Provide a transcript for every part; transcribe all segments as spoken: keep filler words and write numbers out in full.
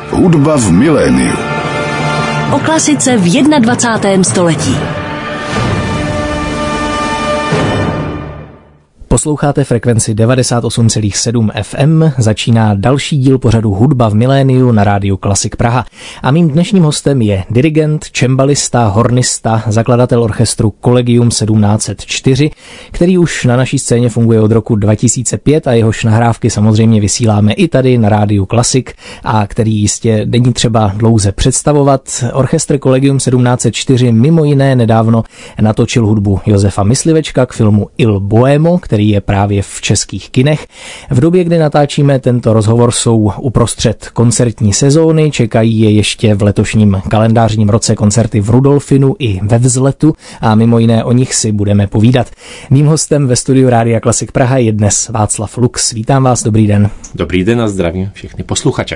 Hudba v miléniu. O klasice v dvacátém prvním století. Posloucháte frekvenci devadesát osm celá sedm F M, začíná další díl pořadu Hudba v miléniu na rádiu Klasik Praha. A mým dnešním hostem je dirigent, cembalista, hornista, zakladatel orchestru Collegium sedmnáct set čtyři, který už na naší scéně funguje od roku dva tisíce pět a jehož nahrávky samozřejmě vysíláme i tady na rádiu Klasik a který jistě není třeba dlouze představovat. Orchestr Collegium sedmnáct set čtyři mimo jiné nedávno natočil hudbu Josefa Myslivečka k filmu Il Boemo, který je právě v českých kinech. V době, kdy natáčíme tento rozhovor, jsou uprostřed koncertní sezóny, čekají je ještě v letošním kalendářním roce koncerty v Rudolfinu i ve Vzletu a mimo jiné o nich si budeme povídat. Mým hostem ve studiu Rádia Klasik Praha je dnes Václav Lux. Vítám vás, dobrý den. Dobrý den a zdravím všechny posluchače.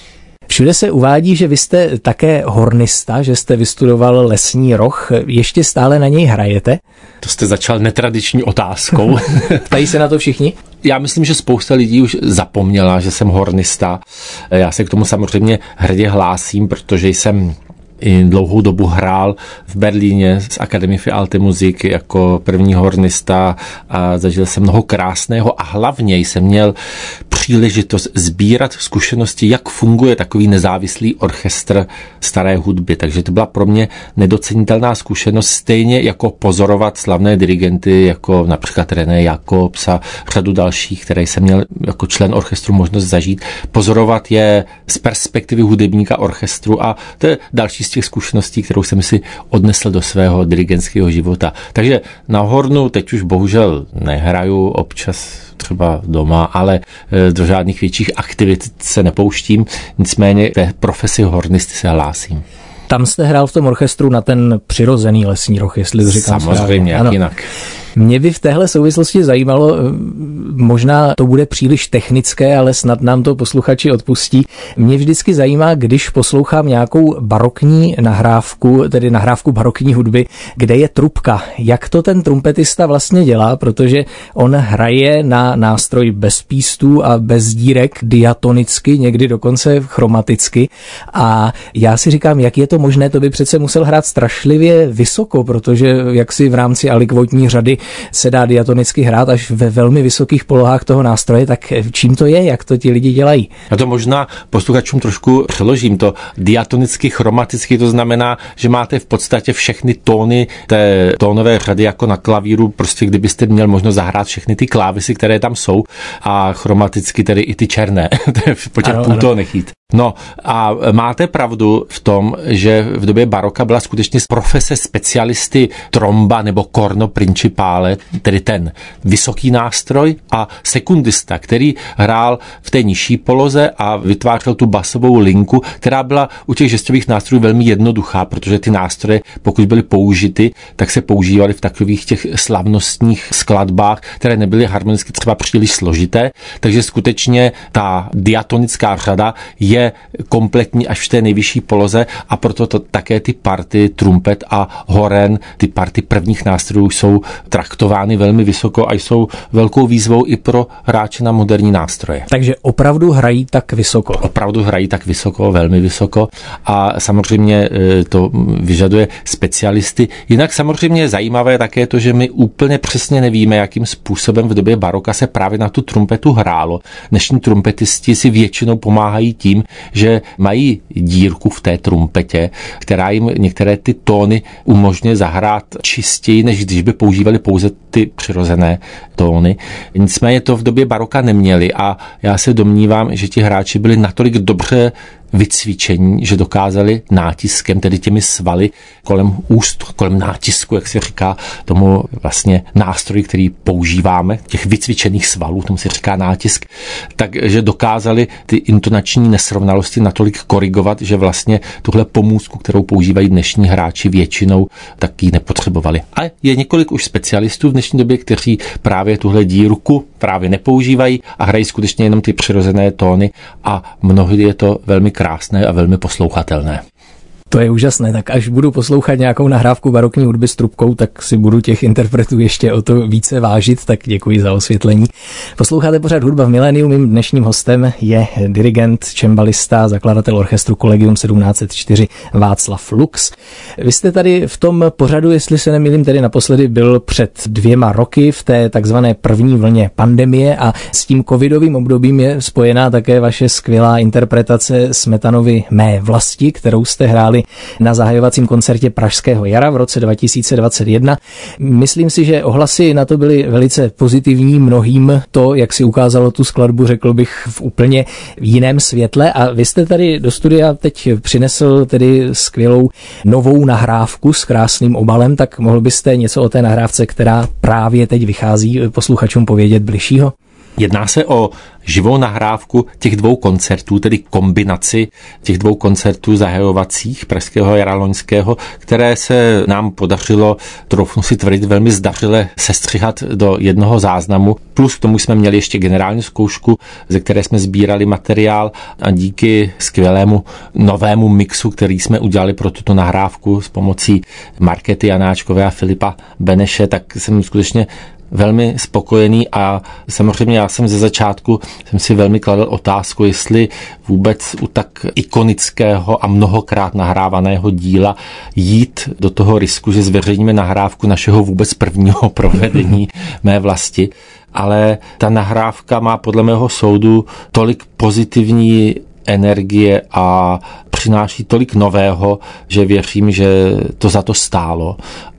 Všude se uvádí, že vy jste také hornista, že jste vystudoval lesní roh. Ještě stále na něj hrajete? To jste začal netradiční otázkou. Ptají se na to všichni? Já myslím, že spousta lidí už zapomněla, že jsem hornista. Já se k tomu samozřejmě hrdě hlásím, protože jsem i dlouhou dobu hrál v Berlíně z Akademie für Alte Musik jako první hornista a zažil jsem mnoho krásného a hlavně jsem měl příležitost sbírat zkušenosti, jak funguje takový nezávislý orchestr staré hudby. Takže to byla pro mě nedocenitelná zkušenost, stejně jako pozorovat slavné dirigenty, jako například René Jacobs a řadu dalších, které jsem měl jako člen orchestru možnost zažít. Pozorovat je z perspektivy hudebníka orchestru a to je další z těch zkušeností, kterou jsem si odnesl do svého dirigentského života. Takže na hornu teď už bohužel nehraju, občas třeba doma, ale do žádných větších aktivit se nepouštím, nicméně té profesi hornisty se hlásím. Tam jste hrál v tom orchestru na ten přirozený lesní roh, jestli to říkám správně. Samozřejmě, jak jinak. Mě by v téhle souvislosti zajímalo, možná to bude příliš technické, ale snad nám to posluchači odpustí. Mě vždycky zajímá, když poslouchám nějakou barokní nahrávku, tedy nahrávku barokní hudby, kde je trubka. Jak to ten trumpetista vlastně dělá, protože on hraje na nástroj bez pístů a bez dírek, diatonicky, někdy dokonce chromaticky. A já si říkám, jak je to možné, to by přece musel hrát strašlivě vysoko, protože jaksi v rámci alikvotní řady se dá diatonicky hrát až ve velmi vysokých polohách toho nástroje, tak čím to je, jak to ti lidi dělají? Já to možná posluchačům trošku přeložím. To diatonicky, chromaticky, to znamená, že máte v podstatě všechny tóny té tónové řady jako na klavíru, prostě kdybyste měl možnost zahrát všechny ty klávesy, které tam jsou a chromaticky tedy i ty černé, po těch půltónech jít. No a máte pravdu v tom, že v době baroka byla skutečně z profese specialisty tromba nebo corno principale, tedy ten vysoký nástroj, a sekundista, který hrál v té nižší poloze a vytvářel tu basovou linku, která byla u těch žestových nástrojů velmi jednoduchá, protože ty nástroje, pokud byly použity, tak se používaly v takových těch slavnostních skladbách, které nebyly harmonicky třeba příliš složité, takže skutečně ta diatonická řada je kompletní až v té nejvyšší poloze a proto to také ty party trumpet a horen, ty party prvních nástrojů jsou traktovány velmi vysoko a jsou velkou výzvou i pro hráče na moderní nástroje. Takže opravdu hrají tak vysoko. Opravdu hrají tak vysoko, velmi vysoko a samozřejmě to vyžaduje specialisty. Jinak samozřejmě je zajímavé také to, že my úplně přesně nevíme, jakým způsobem v době baroka se právě na tu trumpetu hrálo. Dnešní trumpetisti si většinou pomáhají tím, že mají dírku v té trumpetě, která jim některé ty tóny umožňuje zahrát čistěji, než když by používali pouze ty přirozené tóny. Nicméně to v době baroka neměli a já se domnívám, že ti hráči byli natolik dobře vycvičení, že dokázali nátiskem, tedy těmi svaly kolem úst, kolem nátisku, jak se říká, tomu vlastně nástroji, který používáme, těch vycvičených svalů, tomu se říká nátisk, takže dokázali ty intonační nesrovnalosti natolik korigovat, že vlastně tuhle pomůcku, kterou používají dnešní hráči většinou, tak ji nepotřebovali. A je několik už specialistů v dnešní době, kteří právě tuhle dírku právě nepoužívají a hrají skutečně jenom ty přirozené tóny a mnohdy je to velmi krásné a velmi poslouchatelné. To je úžasné, tak až budu poslouchat nějakou nahrávku barokní hudby s trubkou, tak si budu těch interpretů ještě o to více vážit, tak děkuji za osvětlení. Posloucháte pořád Hudba v miléniu, mým dnešním hostem je dirigent, cembalista, zakladatel orchestru Collegium sedmnáct set čtyři Václav Lux. Vy jste tady v tom pořadu, jestli se nemýlím, tedy naposledy byl před dvěma roky v té takzvané první vlně pandemie a s tím covidovým obdobím je spojená také vaše skvělá interpretace Smetanovy Mé vlasti, kterou jste hráli na zahajovacím koncertě Pražského jara v roce dva tisíce dvacet jedna. Myslím si, že ohlasy na to byly velice pozitivní mnohým. To, jak si ukázalo tu skladbu, řekl bych v úplně jiném světle. A vy jste tady do studia teď přinesl tedy skvělou novou nahrávku s krásným obalem, tak mohl byste něco o té nahrávce, která právě teď vychází, posluchačům povědět bližšího? Jedná se o živou nahrávku těch dvou koncertů, tedy kombinaci těch dvou koncertů zahajovacích Pražského jara loňského, které se nám podařilo, troufnu si tvrdit, velmi zdařile sestřihat do jednoho záznamu. Plus k tomu jsme měli ještě generální zkoušku, ze které jsme sbírali materiál a díky skvělému novému mixu, který jsme udělali pro tuto nahrávku s pomocí Markety Janáčkové a Filipa Beneše, tak jsem skutečně velmi spokojený a samozřejmě já jsem ze začátku jsem si velmi kladl otázku, jestli vůbec u tak ikonického a mnohokrát nahrávaného díla jít do toho risku, že zveřejníme nahrávku našeho vůbec prvního provedení Mé vlasti. Ale ta nahrávka má podle mého soudu tolik pozitivní energie a přináší tolik nového, že věřím, že to za to stálo.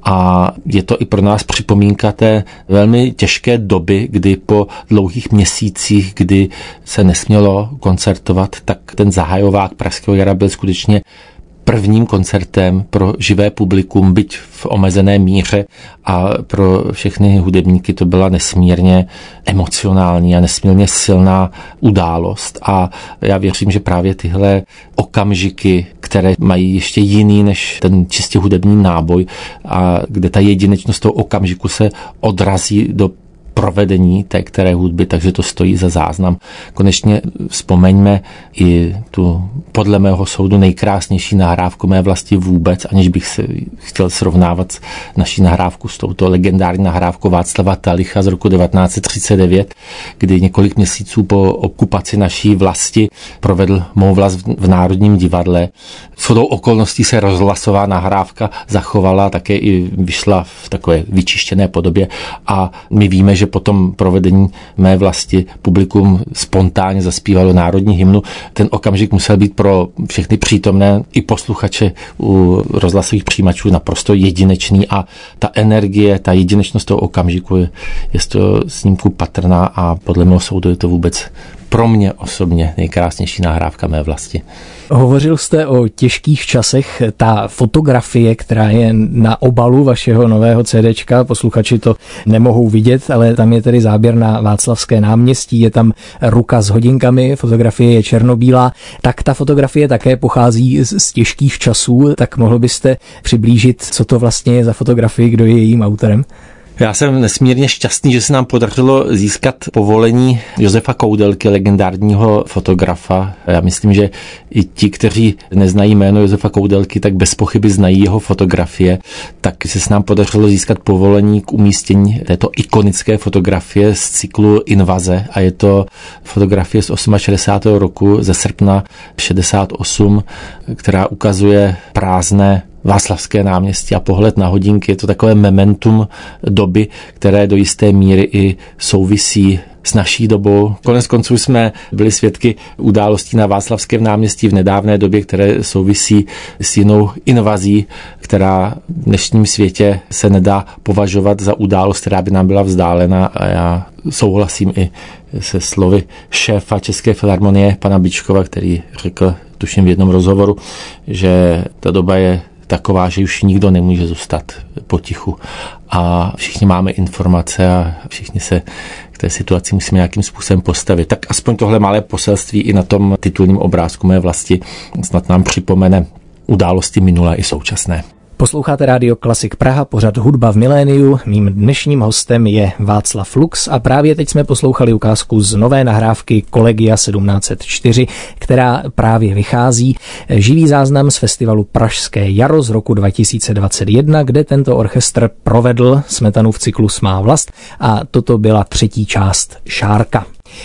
A je to i pro nás připomínka té velmi těžké doby, kdy po dlouhých měsících, kdy se nesmělo koncertovat, tak ten zahajovák Pražského jara byl skutečně prvním koncertem pro živé publikum, byť v omezené míře, a pro všechny hudebníky to byla nesmírně emocionální a nesmírně silná událost. A já věřím, že právě tyhle okamžiky, které mají ještě jiný než ten čistě hudební náboj a kde ta jedinečnost toho okamžiku se odrazí do provedení té které hudby, takže to stojí za záznam. Konečně vzpomeňme i tu podle mého soudu nejkrásnější nahrávku Mé vlasti vůbec, aniž bych se chtěl srovnávat naší nahrávku s touto legendární nahrávkou Václava Talicha z roku devatenáct set třicet devět, kdy několik měsíců po okupaci naší vlasti provedl Mou vlast v Národním divadle. Shodou okolností se rozhlasová nahrávka zachovala, také i vyšla v takové vyčištěné podobě a my víme, že po tom provedení Mé vlasti publikum spontánně zaspívalo národní hymnu. Ten okamžik musel být pro všechny přítomné i posluchače u rozhlasových přijímačů naprosto jedinečný a ta energie, ta jedinečnost toho okamžiku je, je z toho snímku patrná a podle mého soudu je to vůbec pro mě osobně nejkrásnější nahrávka Mé vlasti. Hovořil jste o těžkých časech. Ta fotografie, která je na obalu vašeho nového CDčka, posluchači to nemohou vidět, ale tam je tedy záběr na Václavské náměstí, je tam ruka s hodinkami, fotografie je černobílá, tak ta fotografie také pochází z, z těžkých časů, tak mohl byste přiblížit, co to vlastně je za fotografii, kdo je jejím autorem? Já jsem nesmírně šťastný, že se nám podařilo získat povolení Josefa Koudelky, legendárního fotografa. Já myslím, že i ti, kteří neznají jméno Josefa Koudelky, tak bez pochyby znají jeho fotografie. Tak se nám podařilo získat povolení k umístění této ikonické fotografie z cyklu Invaze a je to fotografie z šedesátého osmého roku, ze srpna šedesát osm, která ukazuje prázdné Václavské náměstí a pohled na hodinky. Je to takové momentum doby, které do jisté míry i souvisí s naší dobou. Konec konců jsme byli svědky událostí na Václavském náměstí v nedávné době, které souvisí s jinou invazí, která v dnešním světě se nedá považovat za událost, která by nám byla vzdálena, a já souhlasím i se slovy šéfa České filharmonie pana Bičkova, který řekl, tuším v jednom rozhovoru, že ta doba je taková, že už nikdo nemůže zůstat potichu a všichni máme informace a všichni se k té situaci musíme nějakým způsobem postavit. Tak aspoň tohle malé poselství i na tom titulním obrázku Mé vlasti snad nám připomene události minulé i současné. Posloucháte Rádio Klasik Praha, pořad Hudba v miléniu. Mým dnešním hostem je Václav Lux a právě teď jsme poslouchali ukázku z nové nahrávky Collegia sedmnáct set čtyři, která právě vychází. Živý záznam z festivalu Pražské jaro z roku dva tisíce dvacet jedna, kde tento orchestr provedl Smetanův cyklus Má vlast a toto byla třetí část Šárka.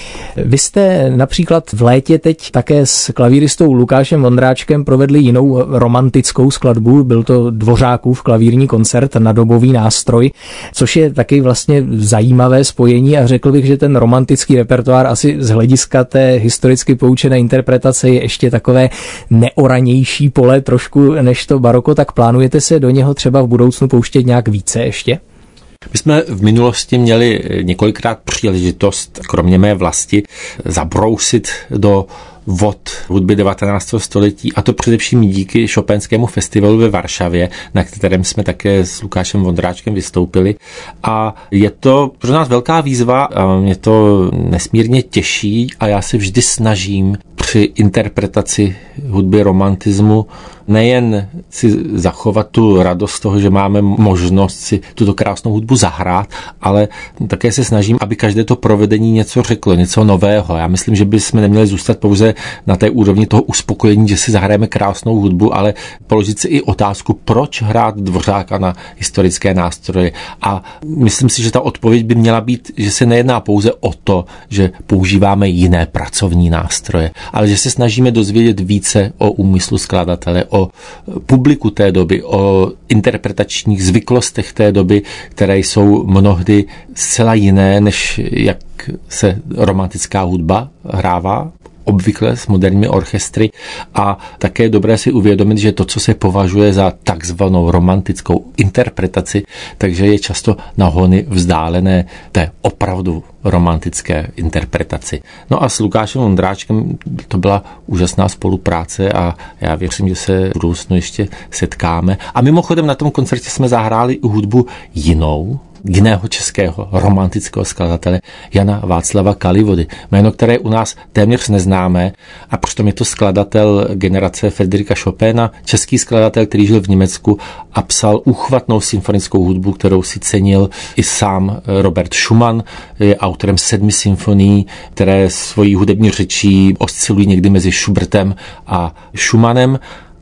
Vy jste například v létě teď také s klavíristou Lukášem Vondráčkem provedli jinou romantickou skladbu, byl to Dvořákův klavírní koncert na dobový nástroj, což je taky vlastně zajímavé spojení a řekl bych, že ten romantický repertoár asi z hlediska té historicky poučené interpretace je ještě takové neoranější pole trošku než to baroko, tak plánujete se do něho třeba v budoucnu pouštět nějak více ještě? My jsme v minulosti měli několikrát příležitost, kromě Mé vlasti, zabrousit do vod hudby devatenáctého století, a to především díky Chopinskému festivalu ve Varšavě, na kterém jsme také s Lukášem Vondráčkem vystoupili. A je to pro nás velká výzva, a mě to nesmírně těší a já se vždy snažím při interpretaci hudby romantismu nejen si zachovat tu radost toho, že máme možnost si tuto krásnou hudbu zahrát, ale také se snažím, aby každé to provedení něco řeklo, něco nového. Já myslím, že bychom neměli zůstat pouze na té úrovni toho uspokojení, že si zahrajeme krásnou hudbu, ale položit si i otázku, proč hrát Dvořáka na historické nástroje. A myslím si, že ta odpověď by měla být, že se nejedná pouze o to, že používáme jiné pracovní nástroje, ale že se snažíme dozvědět více o úmyslu skladatele, o publiku té doby, o interpretačních zvyklostech té doby, které jsou mnohdy zcela jiné, než jak se romantická hudba hrává obvykle s moderními orchestry, a také je dobré si uvědomit, že to, co se považuje za takzvanou romantickou interpretaci, takže je často na hony vzdálené té opravdu romantické interpretaci. No a s Lukášem Vondráčkem to byla úžasná spolupráce a já věřím, že se v budoucnu ještě setkáme. A mimochodem na tom koncertě jsme zahráli i hudbu jinou, jiného českého romantického skladatele Jana Václava Kalivody. Jméno, které u nás téměř neznámé, a přitom je to skladatel generace Frédérica Chopina, český skladatel, který žil v Německu a psal úchvatnou symfonickou hudbu, kterou si cenil i sám Robert Schumann. Je autorem sedmi symfonií, které svojí hudební řečí oscilují někdy mezi Schubertem a Schumannem.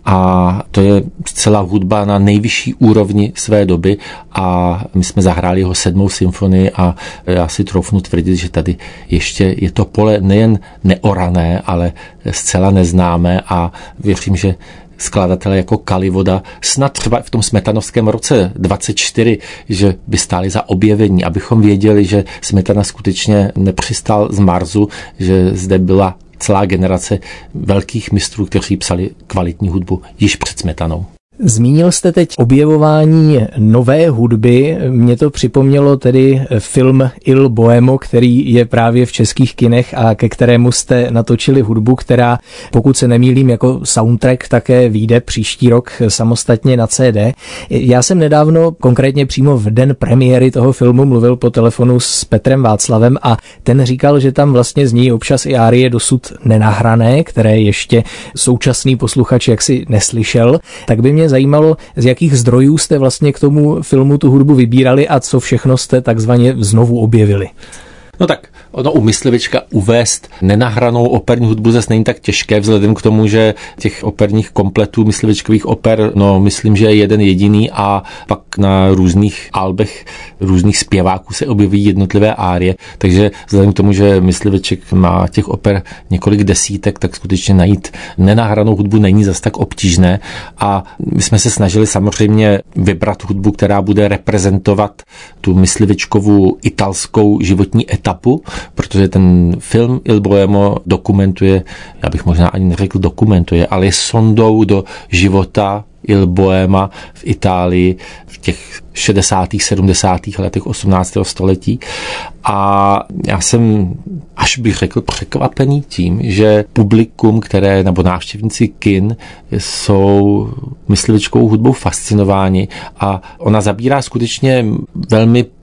A to je celá hudba na nejvyšší úrovni své doby a my jsme zahráli jeho sedmou symfonii a já si troufnu tvrdit, že tady ještě je to pole nejen neorané, ale zcela neznámé a věřím, že skladatelé jako Kalivoda snad třeba v tom smetanovském roce dvacet čtyři, že by stáli za objevení, abychom věděli, že Smetana skutečně nepřistál z Marsu, že zde byla celá generace velkých mistrů, kteří psali kvalitní hudbu již před Smetanou. Zmínil jste teď objevování nové hudby. Mně to připomnělo tedy film Il Bohemo, který je právě v českých kinech a ke kterému jste natočili hudbu, která, pokud se nemýlím, jako soundtrack také vyjde příští rok samostatně na C D. Já jsem nedávno, konkrétně přímo v den premiéry toho filmu, mluvil po telefonu s Petrem Václavem a ten říkal, že tam vlastně zní občas i árie dosud nenahrané, které ještě současný posluchač jaksi neslyšel. Tak by mě zajímalo, z jakých zdrojů jste vlastně k tomu filmu tu hudbu vybírali a co všechno jste takzvaně znovu objevili. No tak ono u Myslivička uvést nenahranou operní hudbu zase není tak těžké, vzhledem k tomu, že těch operních kompletů myslivičkových oper, no myslím, že je jeden jediný a pak na různých albech různých zpěváků se objeví jednotlivé árie, takže vzhledem k tomu, že Mysliviček má těch oper několik desítek, tak skutečně najít nenahranou hudbu není zase tak obtížné a my jsme se snažili samozřejmě vybrat hudbu, která bude reprezentovat tu Myslivičkovu italskou životní etapu, protože ten film Il Bohemo dokumentuje, já bych možná ani neřekl dokumentuje, ale je sondou do života Il Bohema v Itálii v těch šedesátých, sedmdesátých letech osmnáctého století. A já jsem, až bych řekl, překvapený tím, že publikum, které, nebo návštěvníci kin, jsou myslivičkovou hudbou fascinováni a ona zabírá skutečně velmi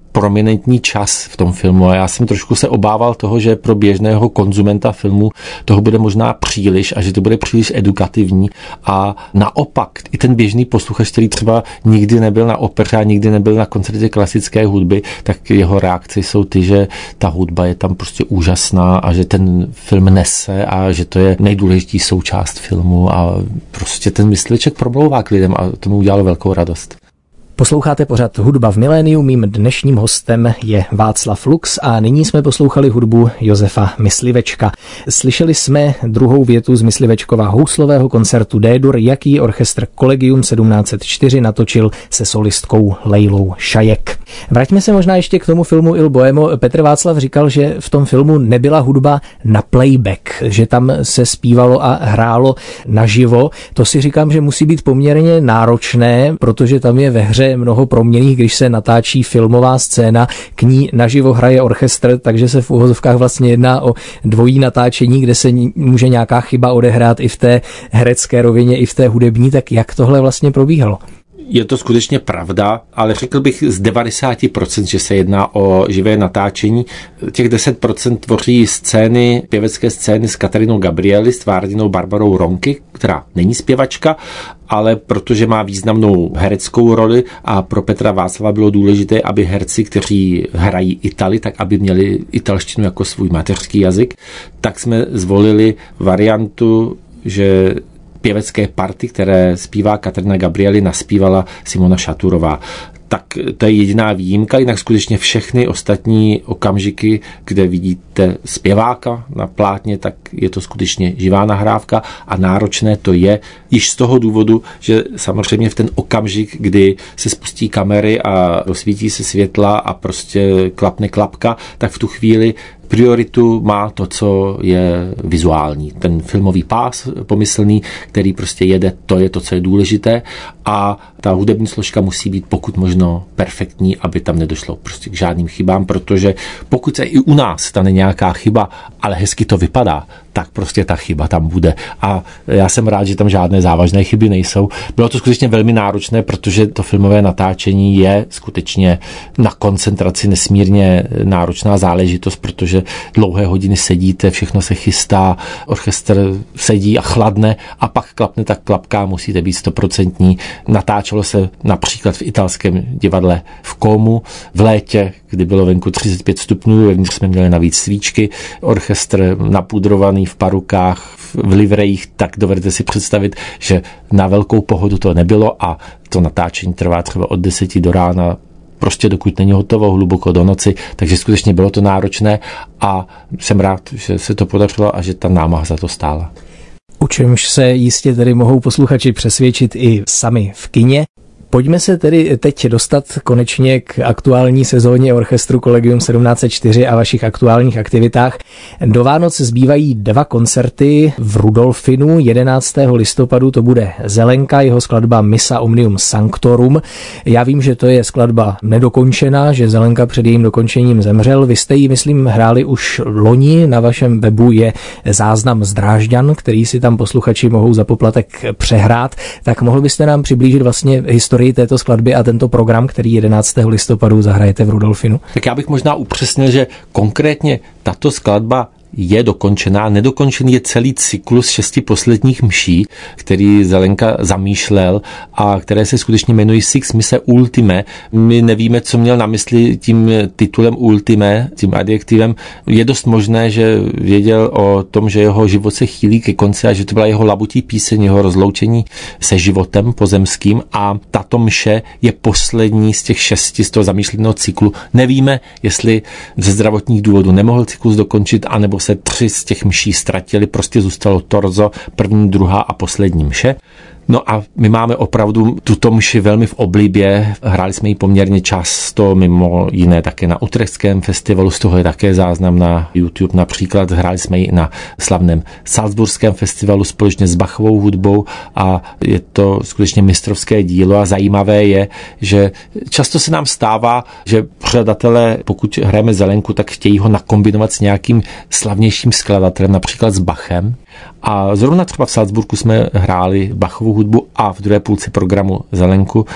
prominentní čas v tom filmu a já jsem trošku se obával toho, že pro běžného konzumenta filmu toho bude možná příliš a že to bude příliš edukativní a naopak i ten běžný posluchač, který třeba nikdy nebyl na opeře a nikdy nebyl na koncertě klasické hudby, tak jeho reakce jsou ty, že ta hudba je tam prostě úžasná a že ten film nese a že to je nejdůležitější součást filmu a prostě ten mysliveček promlouvá k lidem a to mu udělalo velkou radost. Posloucháte pořad Hudba v miléniu, mým dnešním hostem je Václav Lux a nyní jsme poslouchali hudbu Josefa Myslivečka. Slyšeli jsme druhou větu z Myslivečkova houslového koncertu D-dur, jaký orchestr Collegium sedmnáct set čtyři natočil se solistkou Leilou Šajek. Vraťme se možná ještě k tomu filmu Il Bohemo. Petr Václav říkal, že v tom filmu nebyla hudba na playback, že tam se zpívalo a hrálo naživo. To si říkám, že musí být poměrně náročné, protože tam je ve hře mnoho proměnných, když se natáčí filmová scéna, k ní naživo hraje orchestr, takže se v uvozovkách vlastně jedná o dvojí natáčení, kde se může nějaká chyba odehrát i v té herecké rovině, i v té hudební, tak jak tohle vlastně probíhalo? Je to skutečně pravda, ale řekl bych z devadesát procent, že se jedná o živé natáčení. Těch deset procent tvoří scény, pěvecké scény s Katarinou Gabrieli, s Várdinou Barbarou Ronky, která není zpěvačka, ale protože má významnou hereckou roli a pro Petra Václava bylo důležité, aby herci, kteří hrají Itali, tak aby měli italštinu jako svůj mateřský jazyk, tak jsme zvolili variantu, že pěvecké party, které zpívá Katarina Gabrieli, naspívala Simona Šaturová. Tak to je jediná výjimka, jinak skutečně všechny ostatní okamžiky, kde vidíte zpěváka na plátně, tak je to skutečně živá nahrávka a náročné to je již z toho důvodu, že samozřejmě v ten okamžik, kdy se spustí kamery a rozsvítí se světla a prostě klapne klapka, tak v tu chvíli prioritu má to, co je vizuální. Ten filmový pás pomyslný, který prostě jede, to je to, co je důležité a ta hudební složka musí být pokud možno perfektní, aby tam nedošlo prostě k žádným chybám, protože pokud se i u nás stane nějaká chyba, ale hezky to vypadá, tak prostě ta chyba tam bude. A já jsem rád, že tam žádné závažné chyby nejsou. Bylo to skutečně velmi náročné, protože to filmové natáčení je skutečně na koncentraci nesmírně náročná záležitost, protože dlouhé hodiny sedíte, všechno se chystá, orchestr sedí a chladne a pak klapne tak klapka, musíte být stoprocentní. Natáčelo se například v italském divadle v Komu v létě, kdy bylo venku třicet pět stupňů, vevnitř jsme měli navíc svíčky, orchestr napudrovaný v parukách, v livrejích, tak dovedete si představit, že na velkou pohodu to nebylo a to natáčení trvá třeba od deseti do rána, prostě dokud není hotovo, hluboko do noci, takže skutečně bylo to náročné a jsem rád, že se to podařilo a že ta námaha za to stála. O čemž se jistě tedy mohou posluchači přesvědčit i sami v kině. Pojďme se tedy teď dostat konečně k aktuální sezóně orchestru Collegium sedmnáct set čtyři a vašich aktuálních aktivitách. Do Vánoc zbývají dva koncerty v Rudolfinu. jedenáctého listopadu to bude Zelenka, jeho skladba Missa Omnium Sanctorum. Já vím, že to je skladba nedokončená, že Zelenka před jejím dokončením zemřel. Vy jste ji, myslím, hráli už loni. Na vašem webu je záznam z Drážďan, který si tam posluchači mohou za poplatek přehrát. Tak mohl byste nám přiblížit vlastně historii této skladby a tento program, který jedenáctého listopadu zahrajete v Rudolfinu? Tak já bych možná upřesnil, že konkrétně tato skladba je dokončená. Nedokončený je celý cyklus šesti posledních mší, který Zelenka zamýšlel a které se skutečně jmenují Six Mise Ultime. My nevíme, co měl na mysli tím titulem Ultime, tím adjektivem. Je dost možné, že věděl o tom, že jeho život se chýlí ke konci a že to byla jeho labutí píseň, jeho rozloučení se životem pozemským a tato mše je poslední z těch šesti z toho zamýšleného cyklu. Nevíme, jestli ze zdravotních důvodů nemohl cyklus dokončit, anebo se tři z těch mší ztratili, prostě zůstalo torzo, první, druhá a poslední mše. No a my máme opravdu tuto mši velmi v oblibě, hráli jsme ji poměrně často, mimo jiné také na Utrechtském festivalu, z toho je také záznam na YouTube například, hráli jsme ji na slavném Salzburském festivalu společně s Bachovou hudbou a je to skutečně mistrovské dílo a zajímavé je, že často se nám stává, že pořadatelé, pokud hrajeme Zelenku, tak chtějí ho nakombinovat s nějakým slavnějším skladatelem, například s Bachem. A zrovna třeba v Salzburgu jsme hráli Bachovou hudbu a v druhé půlce programu Zelenku.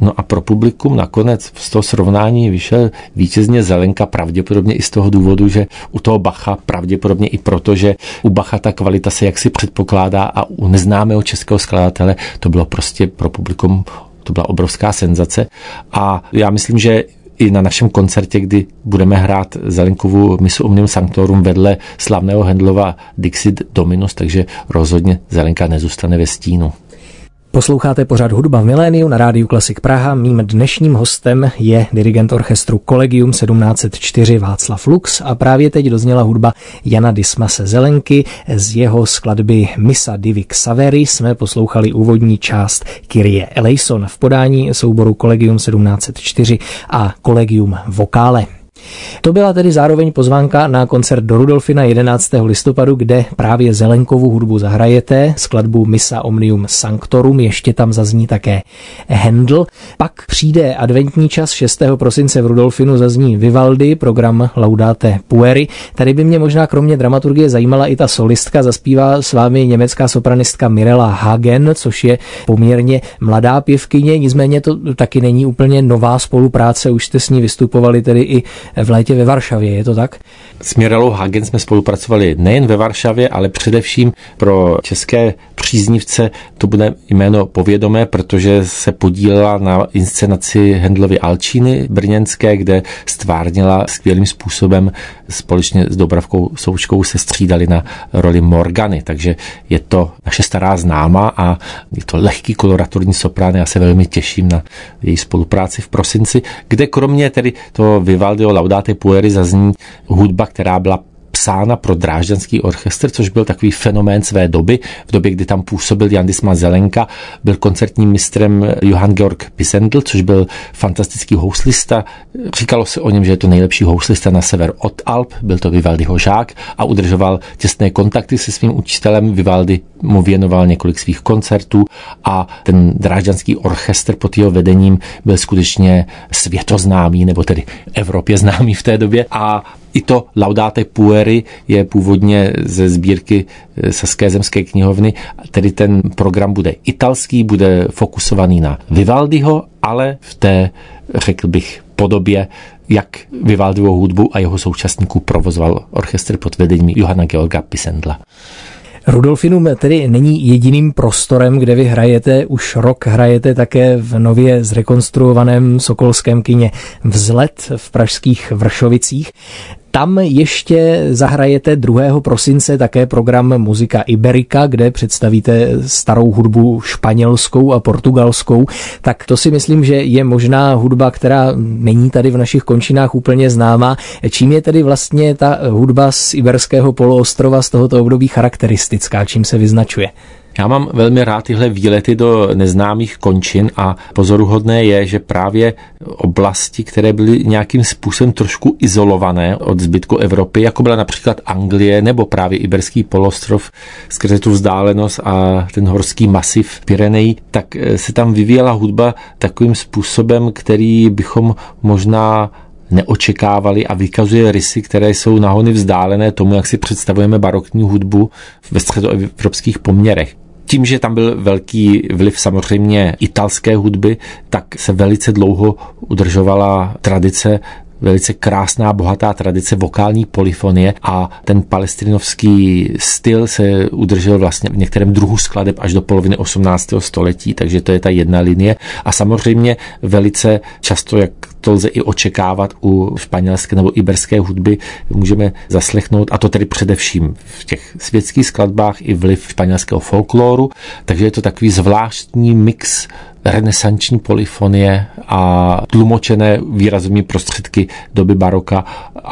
No a pro publikum nakonec z toho srovnání vyšel vítězně Zelenka, pravděpodobně i z toho důvodu, že u toho Bacha, pravděpodobně i proto, že u Bacha ta kvalita se jaksi předpokládá a u neznámého českého skladatele to bylo prostě pro publikum, to byla obrovská senzace. A já myslím, že i na našem koncertě, kdy budeme hrát Zelenkovu Missu Omnium Sanctorum vedle slavného Handelova Dixit Dominus, takže rozhodně Zelenka nezůstane ve stínu. Posloucháte pořad Hudba v miléniu na rádiu Klasik Praha. Mým dnešním hostem je dirigent orchestru Collegium sedmnáct set čtyři Václav Lux a právě teď dozněla hudba Jana Dismase Zelenky. Z jeho skladby Missa Divi Xaveri jsme poslouchali úvodní část Kyrie eleison v podání souboru Collegium sedmnáct set čtyři a Collegium Vocale. To byla tedy zároveň pozvánka na koncert do Rudolfina jedenáctého listopadu, kde právě Zelenkovu hudbu zahrajete, skladbu Missa Omnium Sanctorum, ještě tam zazní také Handel. Pak přijde adventní čas, šestého prosince v Rudolfinu zazní Vivaldi, program Laudate Pueri. Tady by mě možná kromě dramaturgie zajímala i ta solistka, zaspívá s vámi německá sopranistka Mirella Hagen, což je poměrně mladá pěvkyně, nicméně to taky není úplně nová spolupráce, už jste s ní vystupovali tedy i v létě ve Varšavě, je to tak? S Mirellou Hagen jsme spolupracovali nejen ve Varšavě, ale především pro české příznivce to bude jméno povědomé, protože se podílela na inscenaci Handelovy Alčíny brněnské, kde stvárnila skvělým způsobem, společně s Dobravkou Součkou se střídali na roli Morgany, takže je to naše stará známa a je to lehký koloraturní soprán, já se velmi těším na její spolupráci v prosinci, kde kromě tedy to Vivaldi Laudate Pueri zazní hudba, která byla psána pro drážďanský orchestr, což byl takový fenomén své doby. V době, kdy tam působil Jan Dismas Zelenka, byl koncertním mistrem Johann Georg Pisendl, což byl fantastický houslista. Říkalo se o něm, že je to nejlepší houslista na sever od Alp, byl to Vivaldiho žák a udržoval těsné kontakty se svým učitelem. Vivaldi mu věnoval několik svých koncertů a ten drážďanský orchestr pod jeho vedením byl skutečně světoznámý, nebo tedy Evropě známý v té době. A i to Laudate Pueri je původně ze sbírky Saské zemské knihovny, tedy ten program bude italský, bude fokusovaný na Vivaldiho, ale v té, řekl bych, podobě, jak Vivaldivou hudbu a jeho současníků provozoval orchestr pod vedením Johanna Georga Pisendla. Rudolfinum tedy není jediným prostorem, kde vy hrajete, už rok hrajete také v nově zrekonstruovaném sokolském kině Vzlet v pražských Vršovicích. Tam ještě zahrajete druhého prosince také program Muzika Iberika, kde představíte starou hudbu španělskou a portugalskou. Tak to si myslím, že je možná hudba, která není tady v našich končinách úplně známá. Čím je tedy vlastně ta hudba z Iberského poloostrova z tohoto období charakteristická? Čím se vyznačuje? Já mám velmi rád tyhle výlety do neznámých končin a pozoruhodné je, že právě oblasti, které byly nějakým způsobem trošku izolované od zbytku Evropy, jako byla například Anglie nebo právě Iberský poloostrov, skrze tu vzdálenost a ten horský masiv Pyrenejí, tak se tam vyvíjela hudba takovým způsobem, který bychom možná neočekávali a vykazuje rysy, které jsou nahony vzdálené tomu, jak si představujeme barokní hudbu ve středoevropských poměrech. Tím, že tam byl velký vliv samozřejmě italské hudby, tak se velice dlouho udržovala tradice, velice krásná, bohatá tradice vokální polyfonie a ten palestrinovský styl se udržel vlastně v některém druhu skladeb až do poloviny osmnáctého století, takže to je ta jedna linie. A samozřejmě velice často, jak to lze i očekávat u španělské nebo iberské hudby, můžeme zaslechnout, a to tedy především v těch světských skladbách i vliv španělského folkloru, takže je to takový zvláštní mix renesanční polyfonie a tlumočené výrazovými prostředky doby baroka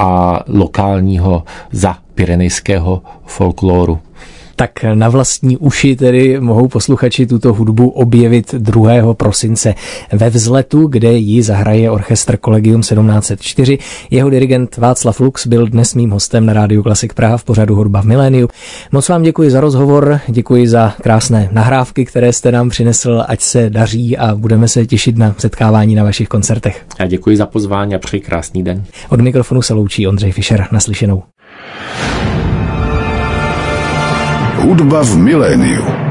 a lokálního zapyrenejského folkloru. Tak na vlastní uši tedy mohou posluchači tuto hudbu objevit druhého prosince ve Vzletu, kde ji zahraje orchestr Collegium sedmnáct set čtyři. Jeho dirigent Václav Lux byl dnes mým hostem na rádiu Klasik Praha v pořadu Hudba v miléniu. Moc vám děkuji za rozhovor, děkuji za krásné nahrávky, které jste nám přinesl, ať se daří a budeme se těšit na setkávání na vašich koncertech. Já děkuji za pozvání a přeji krásný den. Od mikrofonu se loučí Ondřej Fischer. Naslyšenou. Hudba v miléniu.